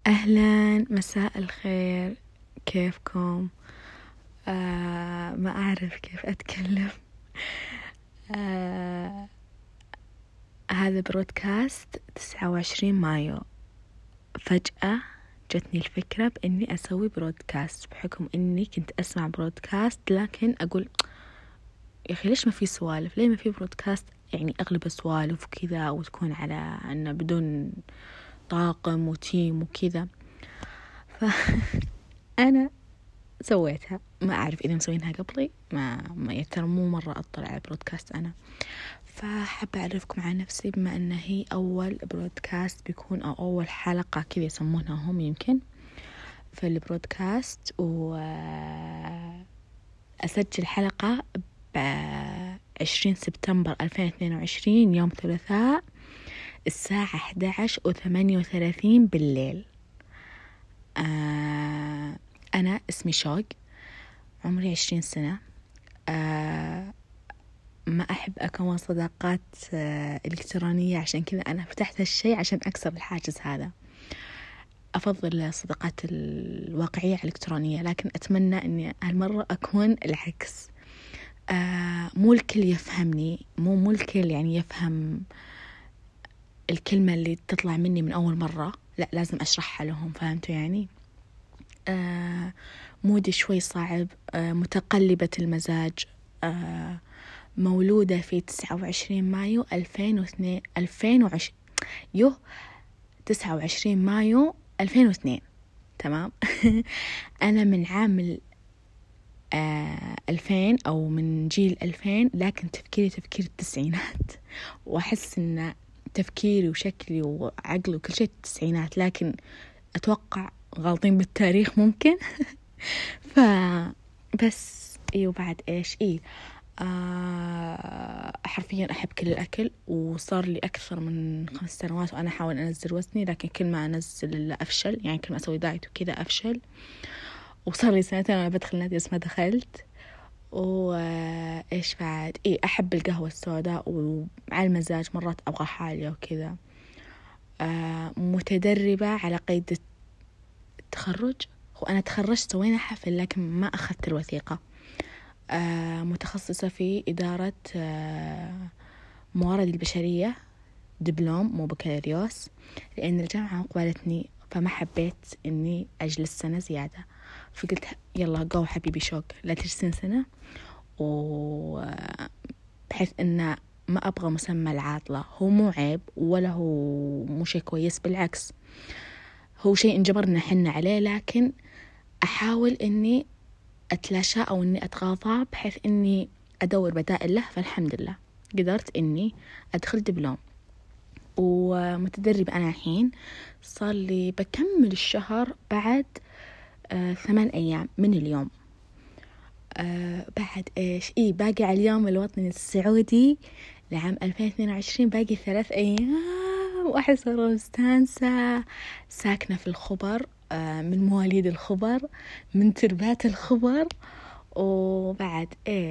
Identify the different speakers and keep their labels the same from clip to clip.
Speaker 1: أهلا، مساء الخير. كيفكم؟ ما أعرف كيف أتكلم. آه هذا برودكاست 29 مايو. فجأة جتني الفكرة بإني أسوي برودكاست، بحكم إني كنت أسمع برودكاست لكن أقول يا أخي ليش ما في سوالف؟ ليه ما في برودكاست يعني أغلب سوالف وكذا، وتكون على أنه بدون طاقم وتيم وكذا. فأنا سويتها. ما أعرف إذا مسوينها قبلي، ما ترى مو مرة أطلع على برودكاست أنا. فحابة أعرفكم عن نفسي، بما أنه هي أول برودكاست بيكون أو أول حلقة كذا يسمونها هم يمكن في البرودكاست. وأسجل حلقة 20 سبتمبر 2022 يوم ثلاثاء الساعة 11:38 بالليل. أنا اسمي شوق، عمري 20 سنة. ما أحب أكون صداقات إلكترونية، عشان كذا أنا فتحت هالشيء عشان أكسر الحاجز هذا. أفضل الصداقات الواقعية الإلكترونية، لكن أتمنى أني هالمرة أكون العكس. مو الكل يفهمني، مو الكل يعني يفهم الكلمة اللي تطلع مني من أول مرة، لا لازم أشرحها لهم، فهمتوا يعني؟ مودي شوي صعب، متقلبة المزاج. مولودة في 29 مايو 29 مايو 2002. تمام. أنا من عام 2000 أو من جيل 2000، لكن تفكيري تفكير التسعينات، وأحس أن تفكيري وشكلي وعقلي وكل شيء التسعينات، لكن أتوقع غلطين بالتاريخ ممكن. فبس وبعد إيش حرفيا أحب كل الأكل، وصار لي أكثر من 5 سنوات وأنا أحاول أنزل وزني، لكن كل ما أنزل أفشل، يعني كل ما أسوي دايت وكذا أفشل. وصار لي 2 وأنا بدخل نادي بس ما دخلت. وإيش بعد أحب القهوة السوداء وعلى المزاج، مرات أبغى حالية وكذا. متدربة على قيد التخرج، وأنا تخرجت سوينا حفل لكن ما أخذت الوثيقة. متخصصة في إدارة موارد البشرية، دبلوم مو بكالوريوس، لأن الجامعة قبلتني فما حبيت إني أجلس سنة زيادة، فقلت يلا قو حبيبي شوق، لا تجلسين سنة. وبحيث إن ما أبغى مسمى العاطلة، هو مو عيب ولا هو مو شيء كويس، بالعكس هو شيء انجبرنا حنا عليه، لكن أحاول إني أتلاشى أو إني أتغاضى بحيث إني أدور بدائل له. فالحمد لله قدرت إني أدخل دبلوم، ومتدرب أنا الحين. صار لي بكمل الشهر بعد 8 أيام من اليوم. بعد باقي على اليوم الوطني السعودي لعام 2022 باقي 3 أيام، وأحس مستانسة. ساكنة في الخبر، من مواليد الخبر، من تربات الخبر. وبعد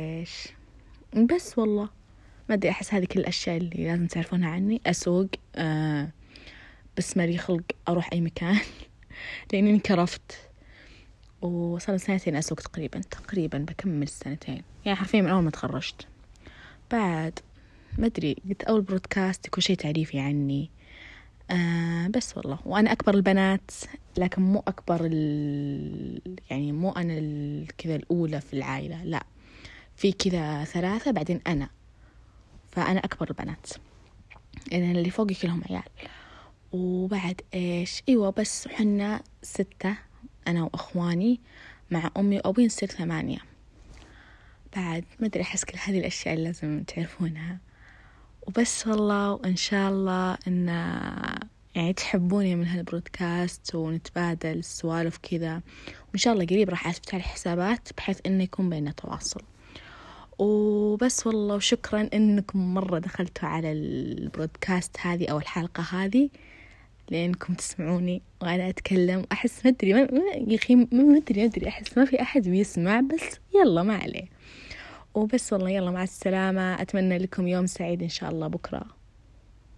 Speaker 1: بس والله ما أدري، أحس هذه كل الأشياء اللي لازم تعرفونها عني. أسوق، بس مالي خلق أروح أي مكان لأنني كرفت، وصار 2 أسوق تقريبا بكمل 2 يعني حرفيا من أول ما تخرجت. بعد ما أدري، قلت أول برودكاست يكون شيء تعريفي عني. بس والله، وأنا أكبر البنات، لكن مو أكبر يعني مو أنا كذا الأولى في العائلة، لا، في كذا 3 بعدين أنا، فأنا أكبر البنات، يعني اللي فوقي كلهم عيال. وبعد بس حنا 6، أنا وأخواني مع أمي وأبوي نصير 8. بعد ما أدري، أحس كل هذه الأشياء اللي لازم تعرفونها. وبس والله، وإن شاء الله إن يعني تحبوني من هالبرودكاست ونتبادل السوالف كذا. وإن شاء الله قريب راح أفتح الحسابات بحيث إنه يكون بيننا تواصل. وبس والله، وشكرا إنكم مرة دخلتوا على البرودكاست هذه أو الحلقة هذه، لأنكم تسمعوني وأنا أتكلم. أحس ما أدري يا أخي ما أدري أحس ما في أحد بيسمع، بس يلا ما عليه. وبس والله، يلا مع السلامة. أتمنى لكم يوم سعيد إن شاء الله بكرة.